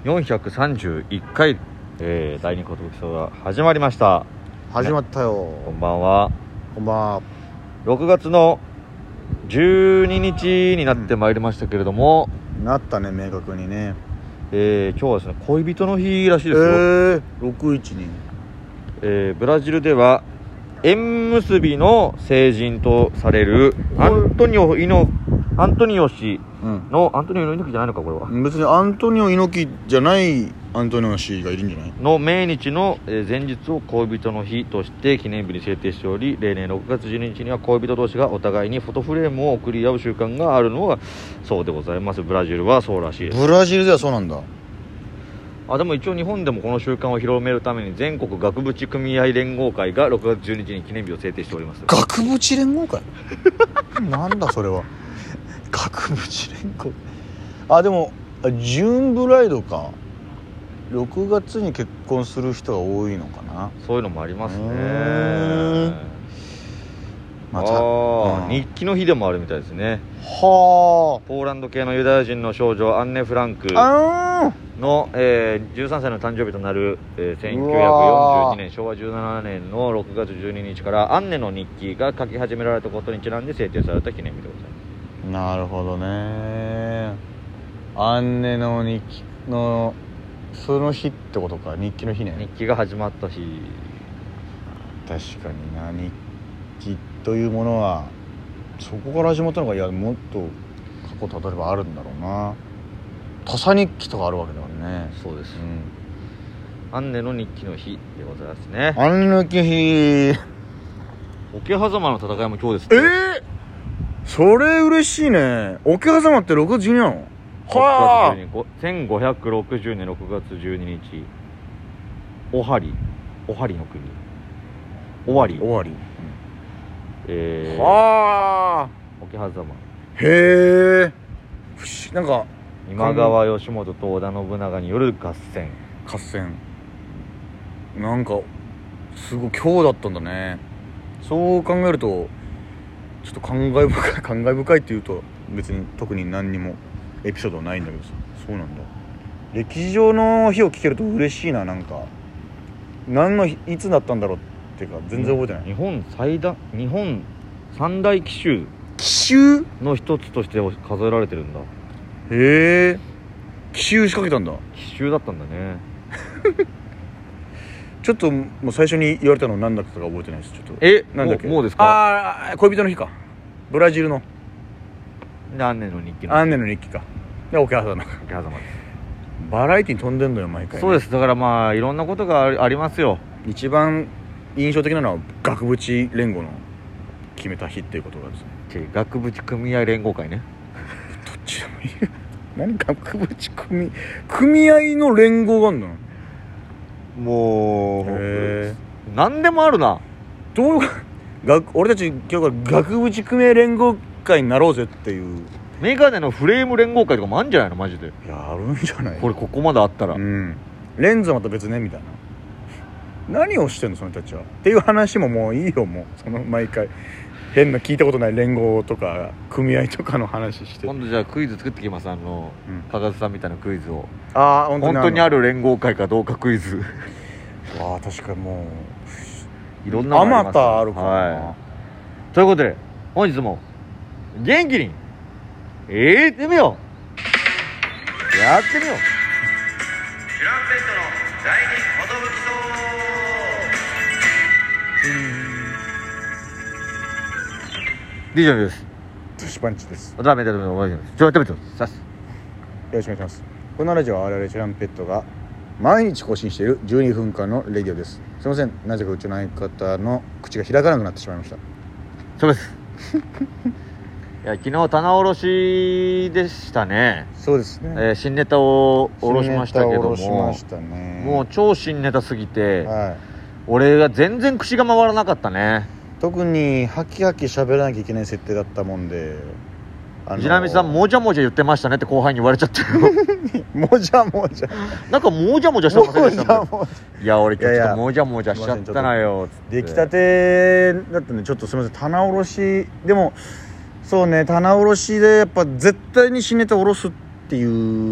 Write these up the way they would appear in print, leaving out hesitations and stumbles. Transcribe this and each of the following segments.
431回、第2寿荘が始まりました。 始まったよ、 こんばんは。 こんばんは。 6月の12日になってまいりましたけれども、 なったね、明確にね。 今日はですね、恋人の日らしいですよ。 612。 ブラジルでは縁結びの聖人とされるアントニオ氏の、アントニオ猪木じゃないのか、これは。 別にアントニオ猪木じゃないアントニオ氏がいるんじゃないの命日の前日を恋人の日として記念日に制定しており、例年6月12日には恋人同士がお互いにフォトフレームを送り合う習慣があるのがそうでございます。ブラジルはそうらしいです。 ブラジルではそうなんだ。 でも一応日本でもこの習慣を広めるために全国額縁組合連合会が6月12日に記念日を制定しております。 額縁連合会なんだそれは。額縁連合会。でもジューンブライドか。6月に結婚する人が多いのかな。 そういうのもありますね。日記の日でもあるみたいですね。 はあ。 ポーランド系のユダヤ人の少女アンネ・フランクの、13歳の誕生日となる、1942年昭和17年の6月12日からアンネの日記が書き始められたことにちなんで制定された記念日でございます。 なるほどね。アンネの日記のその日ってことか。日記の日ね。 日記が始まった日。 確かにな。日記というものはそこから始まったのが、いやもっと過去例えばあるんだろうな。土佐日記とかあるわけだからね。 そうです、アンネの日記の日でございますね。 アンネの日記の日。 桶狭間の戦いも今日ですね。 それ嬉しいね。桶狭間って6月12なの。はあ。 1560年6月12日、尾張の国尾張、 はあ。 桶狭間。 へえ。なんか今川義元と織田信長による合戦。 なんかすごい今日だったんだね。そう考えるとちょっと感慨深いっていうと別に特に何にもエピソードはないんだけどさ。そうなんだ。歴史上の日を聞けると嬉しいな。なんか何の日いつだったんだろうっていうか全然覚えてない。 日本三大奇襲の一つとして数えられてるんだ。 へえ。奇襲仕掛けたんだ。 奇襲だったんだね。 ちょっともう最初に言われたの何だったか覚えてないです。ちょっとなんだっけ。 もうですか。 恋人の日か。ブラジルのアンネの日記か。で桶狭間です。バラエティに飛んでんのよ毎回、ね。 そうです。だからいろんなことがありますよ。 一番印象的なのは額縁連合の決めた日っていうことがですね。 額縁組合連合会ね。 どっちでもいい。何額縁組合の連合があるの。もう何でもあるな。 どう俺たち今日から額縁組合連合会になろうぜっていう。 メガネのフレーム連合会とかもあるんじゃないのマジで。 やるんじゃない。 ここまであったら、 レンズはまた別ねみたいな。何をしてんのその人たちはっていう話ももういいよ。もうその毎回変な聞いたことない連合とか組合とかの話して。 今度じゃあクイズ作ってきます。かがずさんみたいなクイズを。 本当にある連合会かどうかクイズ。 確かにもういろんなのあまたあるからな、 ということで本日も元気にやってみよう。トランペットの第二寿DJ です。 トシパンチです。 トランペットのお願いします。トランペットさす。 よろしくお願いします。このラジオは我々トランペットが毎日更新している12分間のレディオです。すいません、なぜかうちの相方の口が開かなくなってしまいました。 そうです。いや昨日棚卸しでしたね。 そうですね、 新ネタを下ろしましたけども、もう超新ネタすぎて、俺が全然口が回らなかったね。 特にハキハキ喋らなきゃいけない設定だったもんで、 藤波さんもじゃもじゃ言ってましたねって後輩に言われちゃったよ。 もじゃもじゃなんかもじゃもじゃしてませんでしたもん。いや俺今日ちょっともじゃもじゃしちゃったなよつって。 出来たてだったんでちょっとすみません。棚卸しでもそうね、棚卸しでやっぱ絶対に新ネタ下ろすっっていう、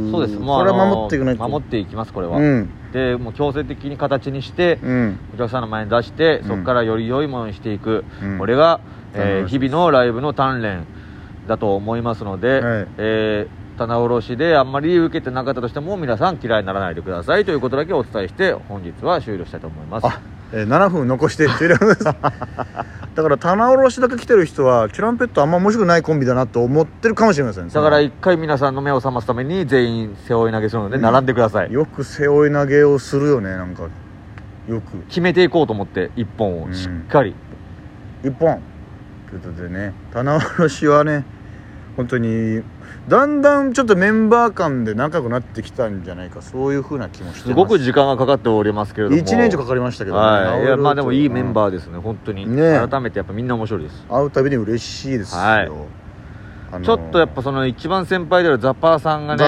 そうです。もうこれは守っていかないと。 守っていきますこれは、 うん、 でもう強制的に形にして、 うん、 お客さんの前に出して、そこからより良いものにしていく、これが、 が、日々のライブの鍛錬だと思いますので、棚卸しであんまり受けてなかったとしても皆さん嫌いにならないでくださいということだけお伝えして本日は終了したいと思います。 7分残して終了ですだから棚卸しだけ来てる人はチュランペットあんま面白くないコンビだなと思ってるかもしれません。 だから一回皆さんの目を覚ますために全員背負い投げするので並んでください。 よく背負い投げをするよね。なんかよく決めていこうと思って一本をしっかり、 一本ということでね、棚卸しはね本当にだんだんちょっとメンバー間で仲良くなってきたんじゃないか、そういう風な気もしてます。 すごく時間がかかっておりますけれども、 1年以上かかりましたけどね、 はい、いやまあでもいいメンバーですね本当に、ね、改めてやっぱみんな面白いです。 会うたびに嬉しいですよ、はい、 ちょっとやっぱその一番先輩であるザパーさんがね、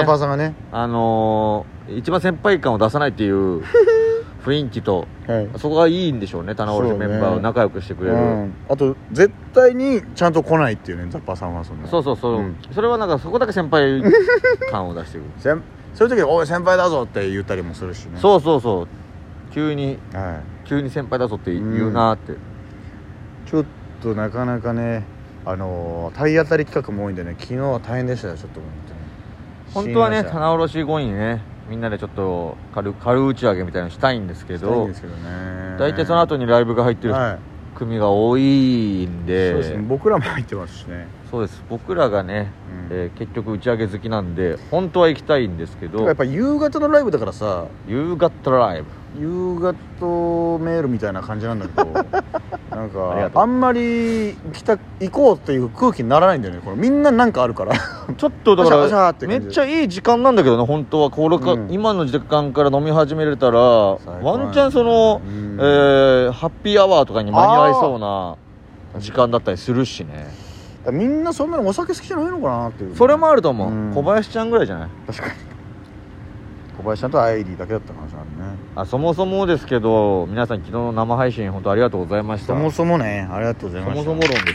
一番先輩感を出さないっていう雰囲気と、はい、そこがいいんでしょうね。棚卸しメンバーを仲良くしてくれる、 あと絶対にちゃんと来ないっていうね、ザッパーさんはそれはなんかそこだけ先輩感を出してくるそういう時に「おい先輩だぞ」って言ったりもするしね。 そう急に先輩だぞって言うなって、 ちょっとなかなかね体当たり企画も多いんでね、昨日は大変でしたよ。ちょっと本当はね棚卸し後にねみんなでちょっと軽打ち上げみたいなのしたいんですけど、大体その後にライブが入ってる組が多いんで、 そうですね、僕らも入ってますしね。 そうです、僕らがね、結局打ち上げ好きなんで本当は行きたいんですけど、 やっぱ夕方のライブだからさ、 夕方ライブ夕方メールみたいな感じなんだけどなんかあんまり行こうっていう空気にならないんだよね。これみんななんかあるからちょっとだからめっちゃいい時間なんだけどね本当は。今の時間から飲み始めれたらワンチャンその、ハッピーアワーとかに間に合いそうな時間だったりするしね。 みんなそんなにお酒好きじゃないのかなっていう、 それもあると思う、小林ちゃんぐらいじゃない。 確かに小林ちゃんとアイリーだけだったかもしれないね。 そもそもですけど皆さん昨日の生配信本当ありがとうございました。 そもそもねありがとうございました。 そもそも論ですね。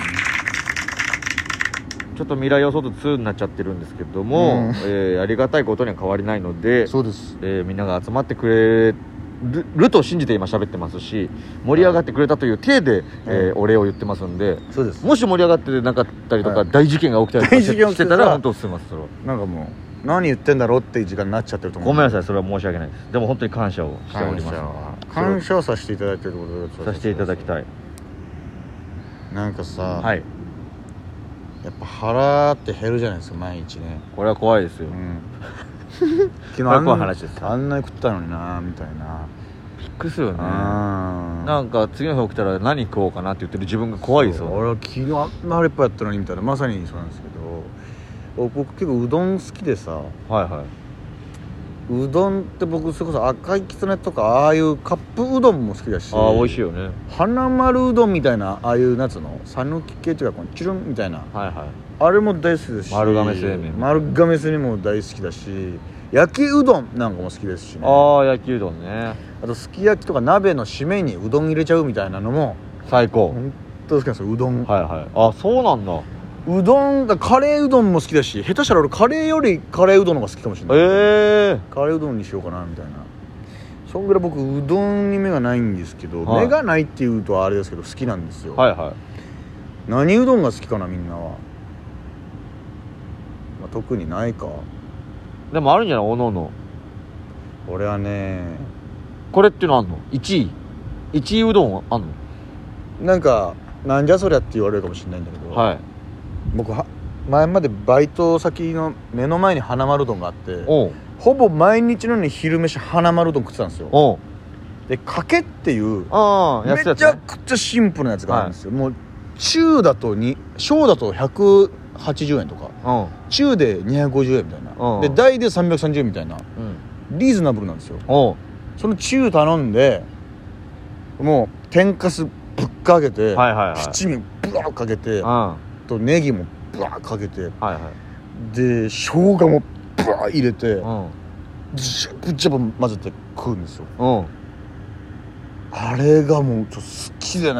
ちょっと未来予想図2になっちゃってるんですけども、ありがたいことには変わりないので、 そうです、 みんなが集まってくれると信じて今喋ってますし、盛り上がってくれたという体で、お礼を言ってますんで、 そうです。 もし盛り上がってなかったりとか、大事件が起きたりとかしてたら本当すみません。それはなんかもう何言ってんだろうっていう時間になっちゃってると思う。 ごめんなさい、それは申し訳ないです。でも本当に感謝をしております。 感謝をさせていただいていることさせていただきたい。 なんかさ、 はい、 やっぱ腹って減るじゃないですか毎日ね。 これは怖いですよ、 昨日あんなに食ったのになみたいな。 びっくりするよね。なんか次の日起きたら何食おうかなって言ってる自分が怖いですよ。 俺は昨日あんな腹いっぱいやったのにみたいな。まさにそうなんですけど、僕結構うどん好きでさ、うどんって僕それこそ赤いきつねとかああいうカップうどんも好きだし、 美味しいよね。 花丸うどんみたいなああいうやつの讃岐系っていうかこのチュルンみたいな、あれも大好きですし、丸亀製麺も大好きだし、焼きうどんなんかも好きですしね。 焼きうどんね。 あとすき焼きとか鍋の締めにうどん入れちゃうみたいなのも最高。 本当好きなんですようどん。 そうなんだ。 うどんカレーうどんも好きだし、下手したら俺カレーよりカレーうどんの方が好きかもしれない。カレーうどんにしようかなみたいな。そんぐらい僕うどんに目がないんですけど、目がないっていうとあれですけど好きなんですよ。何うどんが好きかなみんなは。特にないか。 でもあるんじゃない、おのおの。 俺はね、 これっていうのあんの？1位うどんあんの？ なんかなんじゃそりゃって言われるかもしれないんだけど、僕前までバイト先の目の前に花丸うどんがあって、ほぼ毎日のように昼飯花丸うどん食ってたんですよ。でかけっていうめちゃくちゃシンプルなやつがあるんですよ。もう中だと小だと180円とか、中で250円みたいな、で大で330円みたいな、リーズナブルなんですよ。その中頼んでもう天かすぶっかけて、七味ブワーかけて、とネギもブワーかけて、で生姜もブワー入れて、ジャブジャブ混ぜて食うんですよ。あれがもうちょっと好きでね。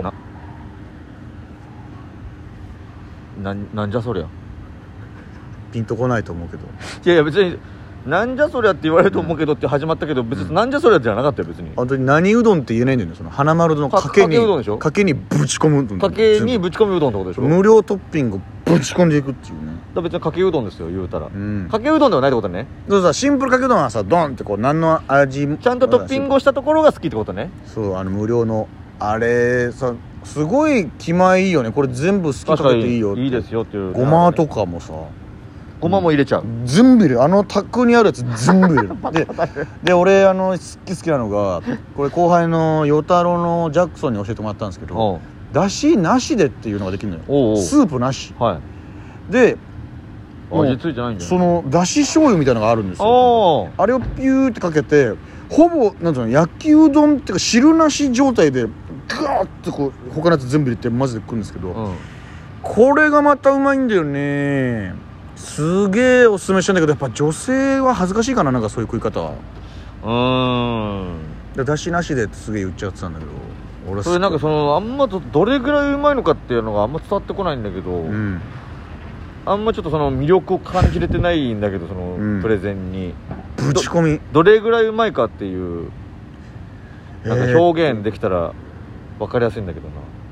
なんじゃそりゃ。 ピンとこないと思うけど。 いやいや別になんじゃそりゃって言われると思うけどって始まったけど、別になんじゃそりゃじゃなかったよ別に。 本当に何うどんって言えないんだよね。その花丸のかけに、 かけうどんでしょ。 かけにぶち込むうどん、 かけにぶち込みうどんってことでしょ。 無料トッピングをぶち込んでいくっていうね。 だから別にかけうどんですよ言うたら、 うん、 かけうどんではないってことね。 そうさ、シンプルかけうどんはさ、ドンってこう何の味ちゃんとトッピングをしたところが好きってことね。 そう、無料のあれさ、すごい気前いいよね。これ全部好きかけていいよって。 いいですよっていう。 ごまとかもさ、 ごまも入れちゃう、 全部入れる。タックにあるやつ全部入れるで俺好きなのが、これ後輩の与太郎のジャクソンに教えてもらったんですけど、だしなしでっていうのができるのよ。 おうおう、 スープなし、 はい、 で味ついてないんじゃん。 そのだし醤油みたいなのがあるんですよ。あれをピューってかけて、ほぼなんていうの、焼きうどんっていうか汁なし状態でガーッてこう他のやつ全部入れてマジで食うんですけど、 うん、 これがまたうまいんだよね。すげえおすすめしたんだけど、やっぱ女性は恥ずかしいかな、なんかそういう食い方は。だしなしでってすげえ言っちゃってたんだけど、俺それなんかあんまどれぐらいうまいのかっていうのがあんま伝わってこないんだけど、 うん、 あんまちょっと魅力を感じれてないんだけど、 うん、 プレゼンにぶち込みどれぐらいうまいかっていうなんか表現できたら分かりやすいんだけど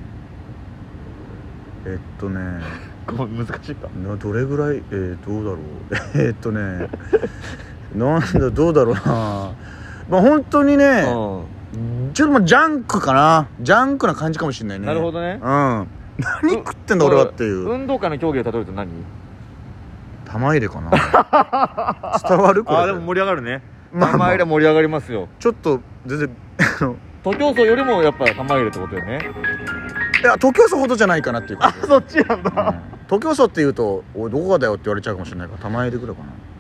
な。難しいかな。 どれぐらいどうだろうなんだどうだろうな。まあ本当にね、ちょっとジャンクかな。ジャンクな感じかもしれないね。 なるほどね。 何食ってんだ俺はっていう。 運動会の競技で例えると何？ 玉入れかな。伝わるこれ。 でも盛り上がるね。玉入れ盛り上がりますよ。 ちょっと全然徒競走よりもやっぱ玉入れってことよね。 いや、徒競走ほどじゃないかなっていう感じ。 そっちなんだ。 徒競走って言うと「おいどこがだよ」って言われちゃうかもしれないから、玉入れくらいかな。